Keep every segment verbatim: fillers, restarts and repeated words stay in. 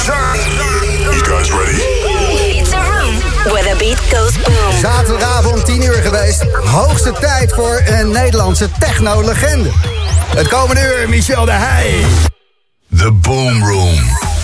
You guys ready? It's a room where the beat goes boom. Zaterdagavond tien uur geweest. Hoogste tijd voor een Nederlandse techno-legende. Het komende uur Michel de Heij. The Boom Room.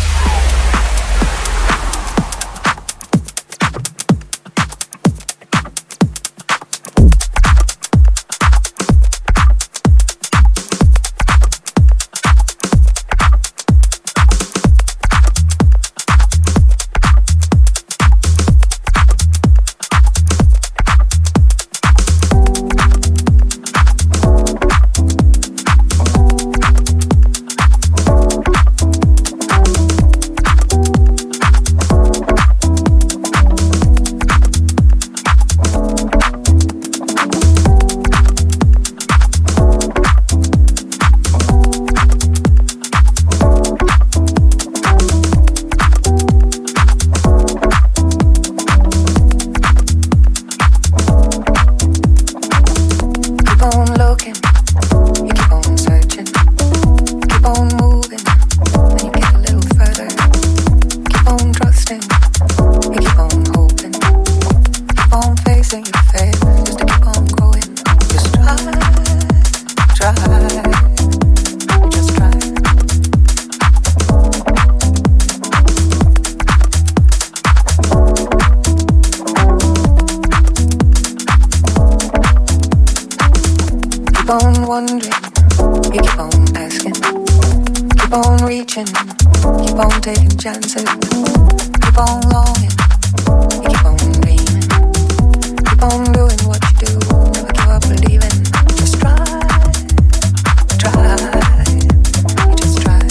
Chances, keep on longing, you keep on dreaming, keep on doing what you do, never give up believing. Just try, try, you just try,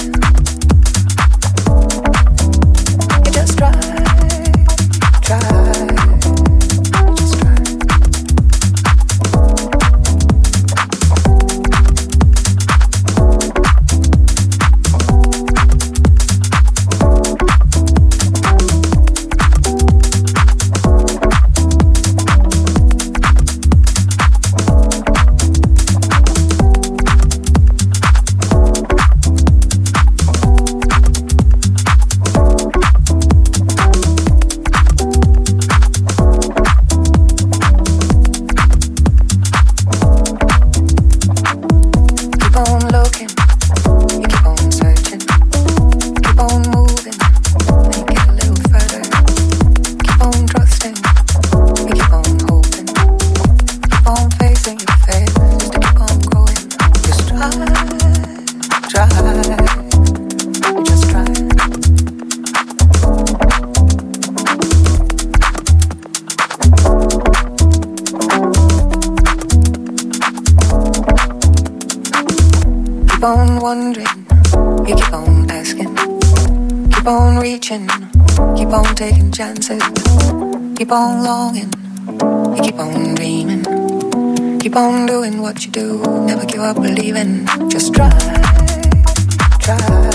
you just try, try, you just try. Keep on wondering, you keep on asking, keep on reaching, keep on taking chances, keep on longing, you keep on dreaming, keep on doing what you do, never give up believing. Just try, try.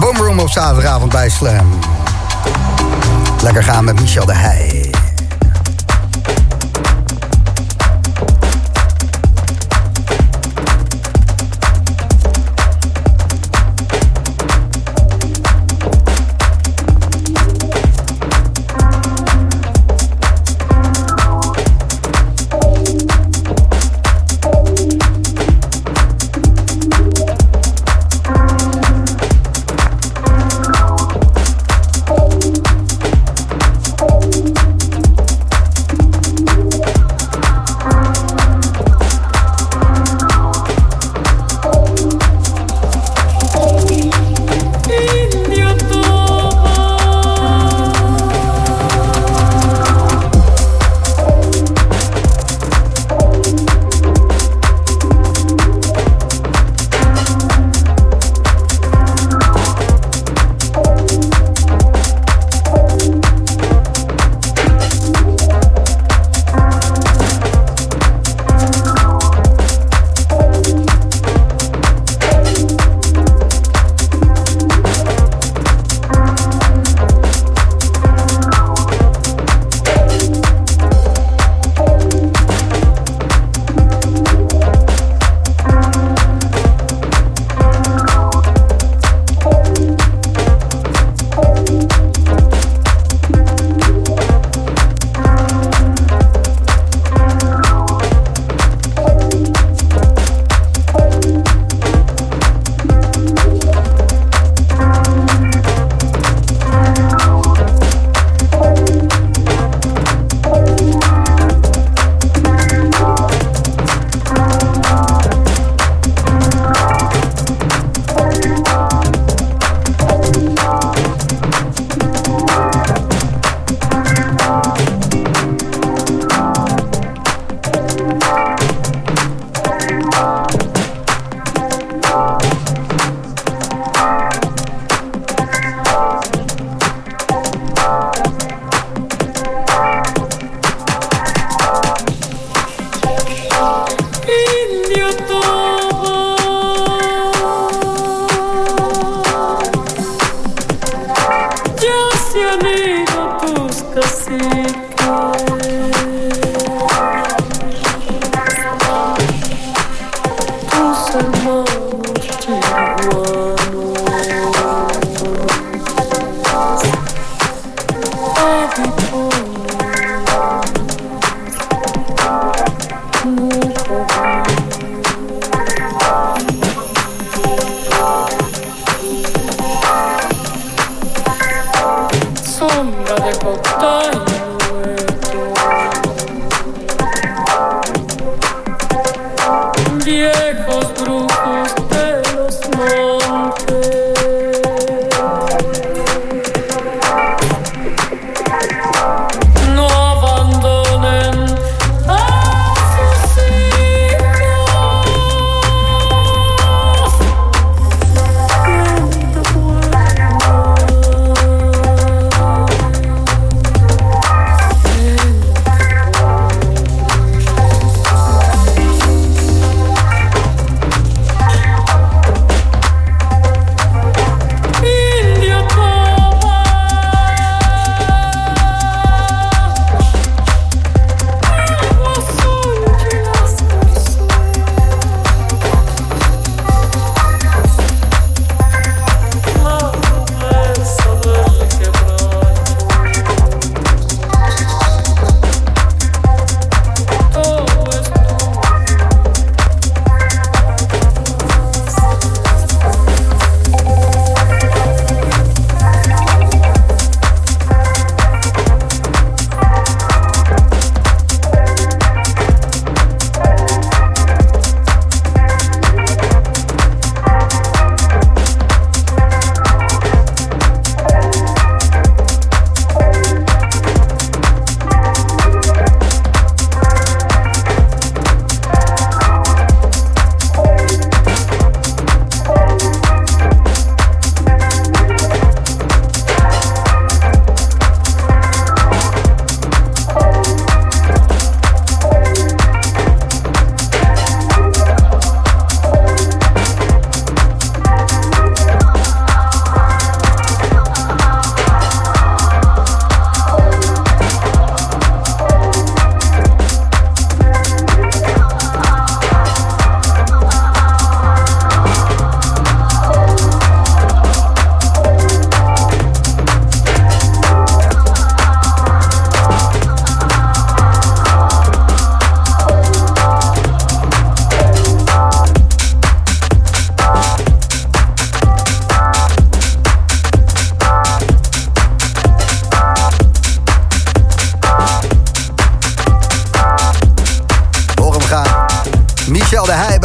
Boomroom op zaterdagavond bij Slam. Lekker gaan met Michel de Heij.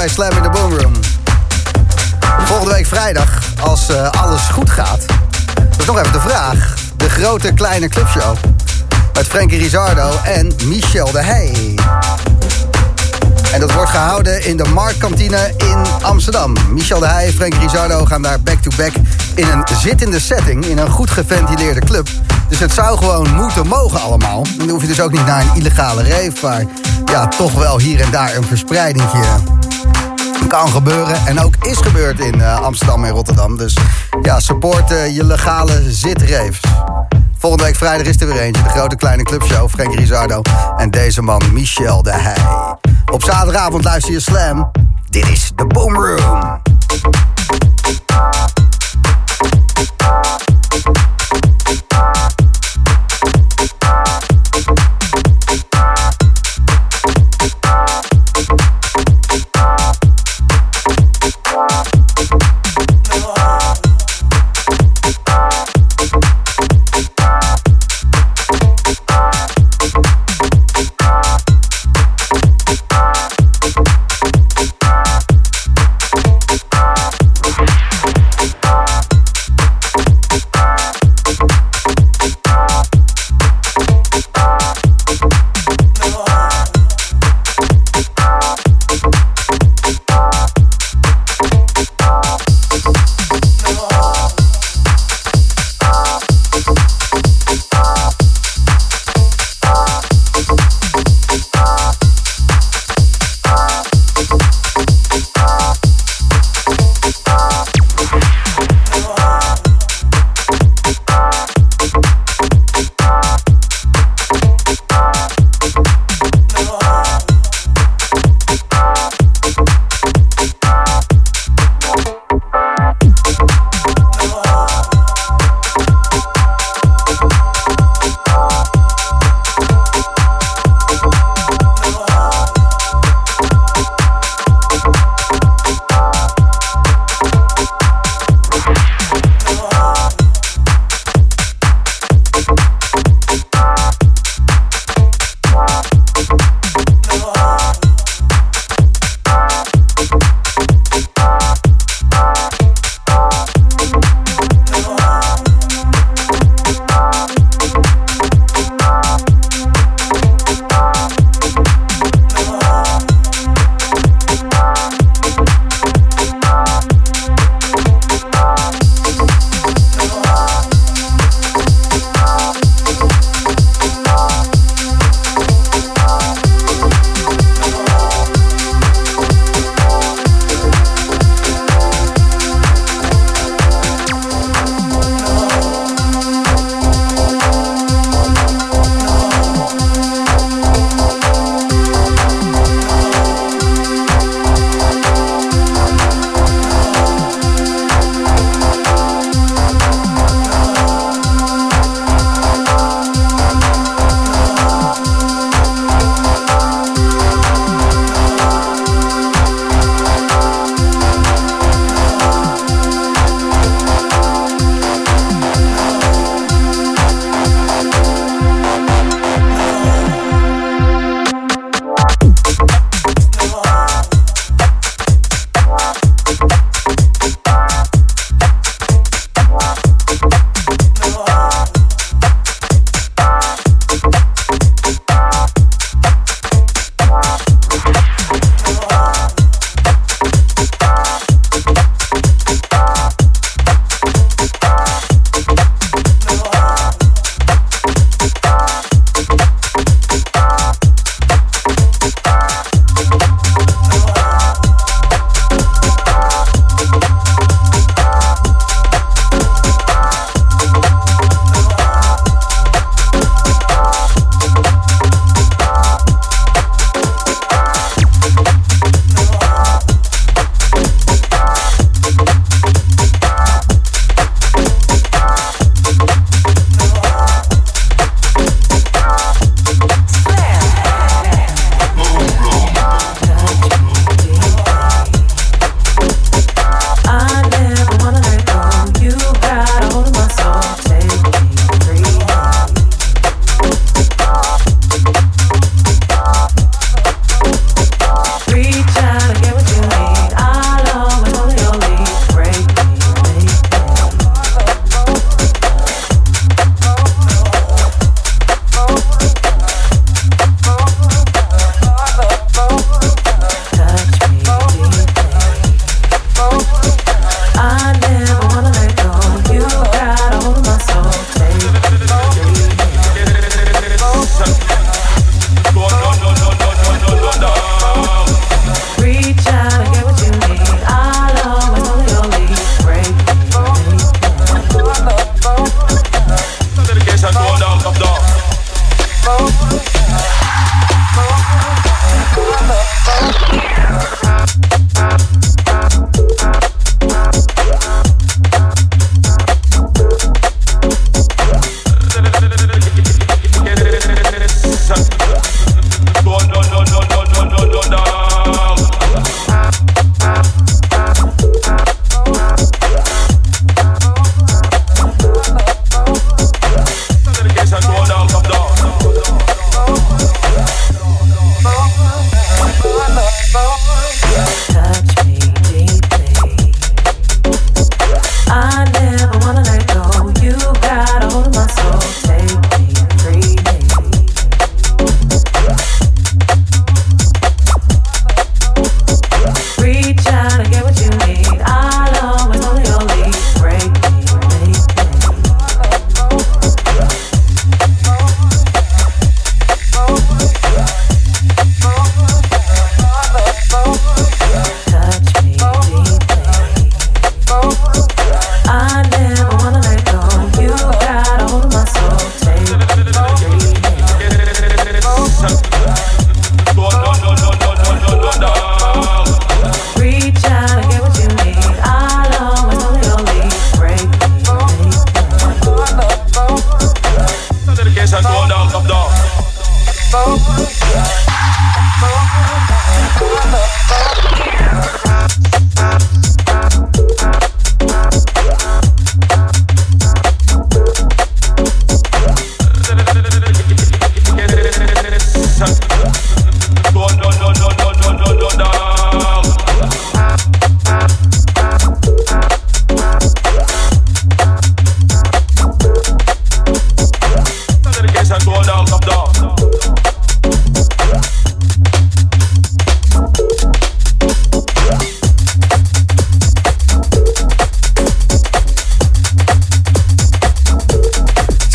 bij Slam in the Boom Room. Volgende week vrijdag, als uh, alles goed gaat. Dus nog even de vraag. De grote kleine clubshow. Met Frankie Rizardo en Michel de Heij. En dat wordt gehouden in de Marktkantine in Amsterdam. Michel de Heij en Frankie Rizardo gaan daar back-to-back in een zittende setting. In een goed geventileerde club. Dus het zou gewoon moeten mogen allemaal. Dan hoef je dus ook niet naar een illegale rave. Maar ja, toch wel hier en daar een verspreidingje kan gebeuren. En ook is gebeurd in uh, Amsterdam en Rotterdam. Dus ja, support uh, je legale zitraves. Volgende week vrijdag is er weer eentje. De grote kleine clubshow. Frankie Rizardo en deze man Michel de Heij. Op zaterdagavond luister je Slam. Dit is The Boom Room.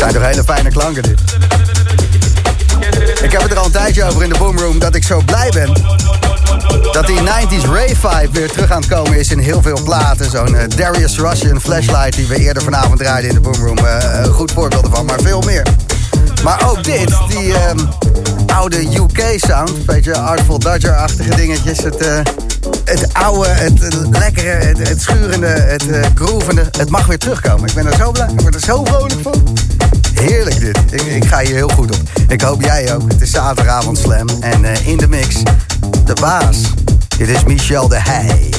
Zijn toch hele fijne klanken dit. Ik heb het er al een tijdje over in de Boomroom dat ik zo blij ben dat die nineties rave vibe weer terug aan het komen is in heel veel platen. Zo'n uh, Darius Russian Flashlight die we eerder vanavond draaiden in de Boomroom. Uh, een goed voorbeeld ervan, maar veel meer. Maar ook dit, die uh, oude U K-sound. Een beetje Artful Dodger-achtige dingetjes. Het, uh, het oude, het uh, lekkere, het, het schurende, het uh, groovende. Het mag weer terugkomen. Ik ben er zo blij, ik word er zo vrolijk van. Heerlijk dit. Ik, ik ga hier heel goed op. Ik hoop jij ook. Het is zaterdagavond Slam. En uh, in de mix, de baas. Dit is Michel de Heij.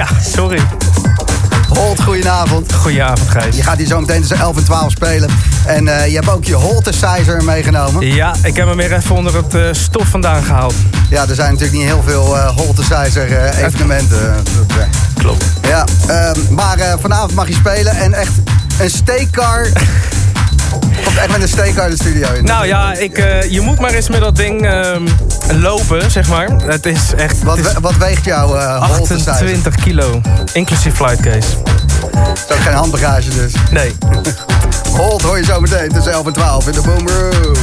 Ja, sorry. Holt, goedenavond. Goedenavond, Gijs. Je gaat hier zo meteen tussen elf en twaalf spelen. En uh, je hebt ook je Holtesizer meegenomen. Ja, ik heb hem weer even onder het uh, stof vandaan gehaald. Ja, er zijn natuurlijk niet heel veel uh, Holtesizer uh, evenementen. Klopt. Ja, uh, maar uh, vanavond mag je spelen en echt een steakcar... Komt echt met een steakcar de studio in. Nou ja, ik, uh, je moet maar eens met dat ding uh, lopen, zeg maar. Het is echt... Wat, het is wat weegt jouw uh, Holtesizer? achtentwintig kilo, inclusief flightcase. Dat is ook geen handbagage dus. Nee. Holt hoor je zo meteen tussen elf en twaalf in de Boom Room.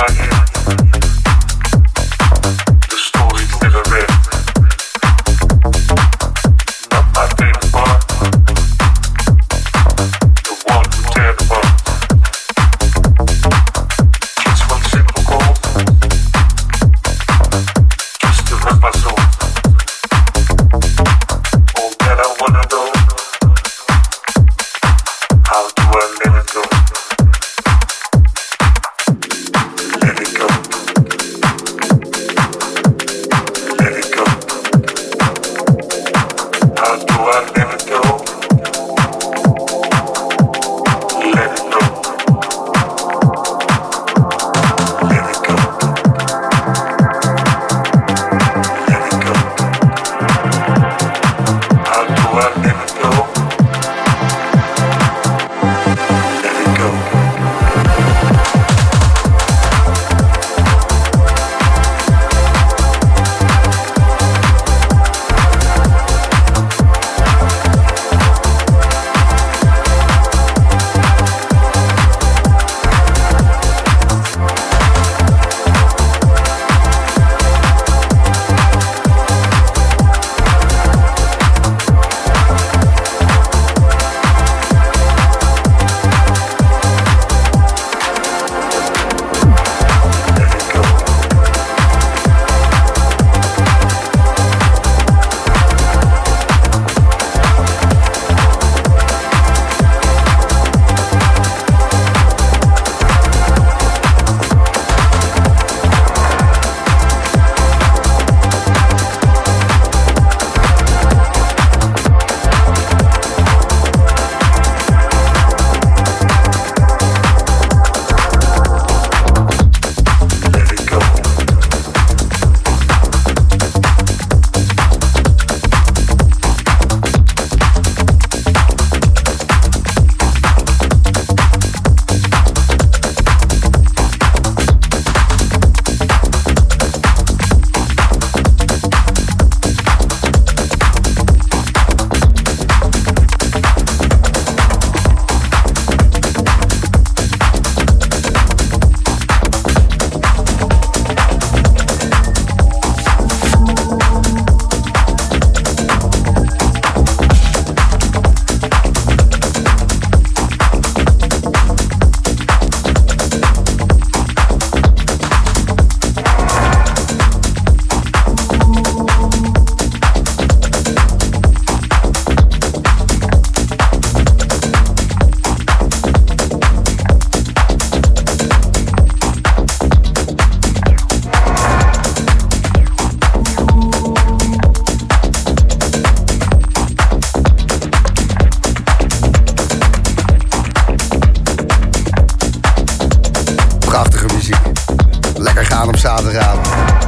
zaterdagavond.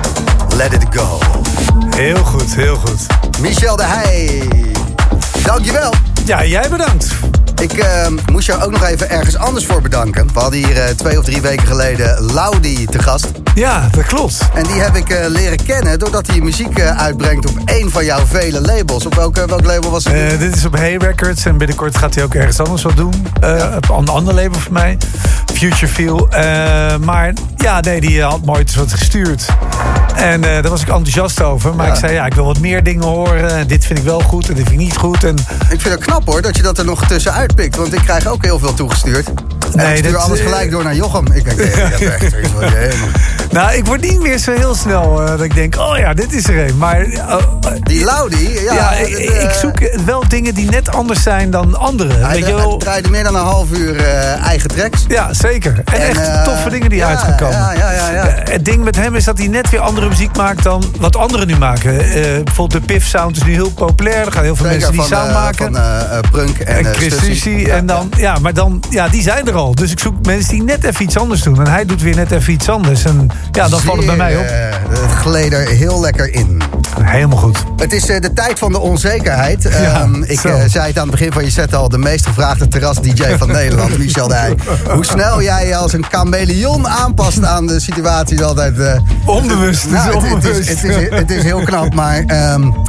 Let it go. Heel goed, heel goed. Michel de Heij. Dankjewel. Ja, jij bedankt. Ik uh, moest jou ook nog even ergens anders voor bedanken. We hadden hier uh, twee of drie weken geleden Laudi te gast. Ja, dat klopt. En die heb ik uh, leren kennen doordat hij muziek uh, uitbrengt op één van jouw vele labels. Op welke, welk label was het? Uh, dit is op Hey Records en binnenkort gaat hij ook ergens anders wat doen. Uh, ja. Op een ander label voor mij. Future Feel. Uh, maar ja, nee, die had mooi wat gestuurd. En uh, daar was ik enthousiast over. Maar ja. ik zei, ja, ik wil wat meer dingen horen. Dit vind ik wel goed en dit vind ik niet goed. En ik vind het knap hoor, dat je dat er nog tussenuit pikt. Want ik krijg ook heel veel toegestuurd. En nee, ik stuur dat, alles gelijk door naar Jochem. Ik denk, nee, dat echt is wel helemaal... Nou, ik word niet meer zo heel snel uh, dat ik denk, oh ja, dit is er een. Maar uh, die Laudi, ja. ja ik, uh, ik zoek wel dingen die net anders zijn dan anderen. Hij, Weet je wel? hij draaide meer dan een half uur uh, eigen tracks. Ja, zeker. En, en echt uh, toffe dingen die ja, uitgekomen. Ja, ja, ja, ja. Uh, het ding met hem is dat hij net weer andere muziek maakt dan wat anderen nu maken. Uh, bijvoorbeeld de Piff Sound is nu heel populair. Er gaan heel veel zeker, mensen die van, sound uh, maken. Van uh, Prunk en, en Chris Susie. En dan, ja. ja, maar dan, ja, die zijn er al. Dus ik zoek mensen die net even iets anders doen. En hij doet weer net even iets anders. En ja, dan valt het bij mij op. Uh, het gleed er heel lekker in. Helemaal goed. Het is uh, de tijd van de onzekerheid. Ja, um, ik uh, zei het aan het begin van je set al. De meest gevraagde terras-D J van Nederland, Michel de Heij. Hoe snel jij je als een chameleon aanpast aan de situatie is altijd... Uh, onbewust. Nou, het, is het, onbewust. Het, is, het, is, het is heel knap, maar... Um,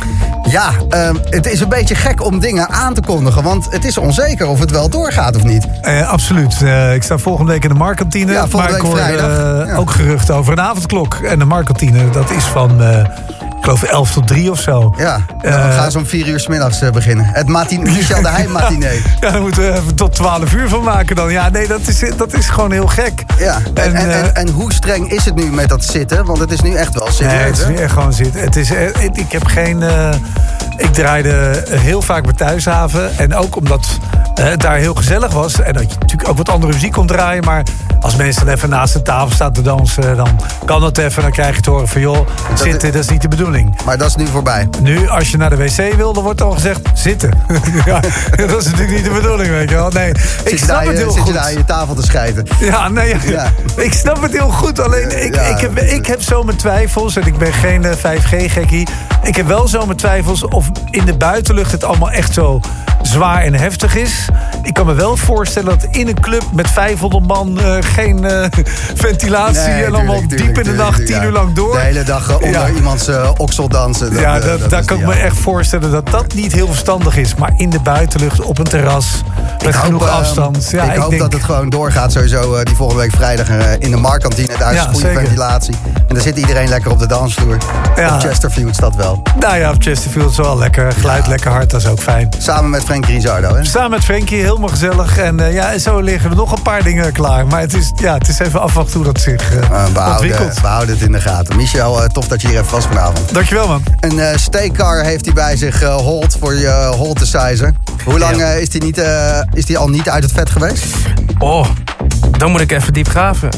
Ja, uh, het is een beetje gek om dingen aan te kondigen. Want het is onzeker of het wel doorgaat of niet. Uh, absoluut. Uh, ik sta volgende week in de Marktkantine. Ja, volgende maar ik week hoor vrijdag. uh, Ja. ook geruchten over een avondklok. En de Marktkantine, dat is van, uh, ik geloof elf tot drie of zo. Ja, dan Uh, gaan ze om vier uur 's middags uh, beginnen. Het Martin, Michel de Heij matinee. Ja, daar moeten we even tot twaalf uur van maken dan. Ja, nee, dat is, dat is gewoon heel gek. Ja, en, en, uh, en, en hoe streng is het nu met dat zitten? Want het is nu echt wel Nee, serieus, het is hè? nu echt gewoon zitten. Het is, eh, ik, ik heb geen... Uh, ik draaide heel vaak bij Thuishaven. En ook omdat uh, het daar heel gezellig was. En dat je natuurlijk ook wat andere muziek kon draaien. Maar als mensen dan even naast de tafel staan te dansen... dan kan dat even. Dan krijg je te horen van... joh, zitten, dat is niet de bedoeling. Maar dat is nu voorbij. Nu, als je naar de wc wil, dan wordt al gezegd... zitten. Ja, dat is natuurlijk niet de bedoeling, weet je wel. Nee, ik Zit je, snap daar, het je- heel zit goed. je daar aan je tafel te schijten? Ja, nee, ja. Ja. Ik snap het heel goed. Alleen, ik, Ja. ik, heb, ik heb zo mijn twijfels. En ik ben geen uh, vijf G-gekkie. Ik heb wel zo mijn twijfels of in de buitenlucht het allemaal echt zo zwaar en heftig is. Ik kan me wel voorstellen dat in een club met vijfhonderd man uh, geen uh, ventilatie... Nee, en allemaal tuurlijk, diep tuurlijk, in de tuurlijk, nacht tien ja. uur lang door. De hele dag uh, onder Ja. iemands uh, oksel dansen. Dat, ja, uh, dat, dat daar is kan ik niet me aan. echt voorstellen dat dat niet heel verstandig is. Maar in de buitenlucht, op een terras, met Ik genoeg hoop, uh, afstand. Ja, ik, ik hoop denk, dat het gewoon doorgaat sowieso uh, die volgende week vrijdag uh, in de Marktkantine. Daar is Ja, goede zeker. ventilatie. En daar zit iedereen lekker op de dansvloer. Ja. Op Chesterfield is dat wel. Nou ja, op Chesterfield is wel lekker. Geluid Ja. lekker hard, dat is ook fijn. Samen met Frankie Rizardo, hè? Samen met Frankie, helemaal gezellig. En uh, ja, zo liggen er nog een paar dingen klaar. Maar het is, ja, het is even afwachten hoe dat zich uh, Uh, we, houden, ontwikkelt. we houden het in de gaten. Michel, uh, tof dat je hier even was vanavond. Dankjewel, man. Een uh, steakcar heeft hij bij zich uh, Holt voor je uh, Holtesizer. Hoe lang Ja. uh, is hij niet, uh, is die al niet uit het vet geweest? Oh, dan moet ik even diep graven.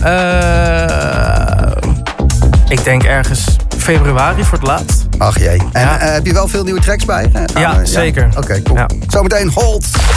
Uh, ik denk ergens februari voor het laatst. Ach jee. En Ja. uh, heb je wel veel nieuwe tracks bij? Uh, gaan Ja, we- zeker. Oké, cool. Ja. Zometeen Holt.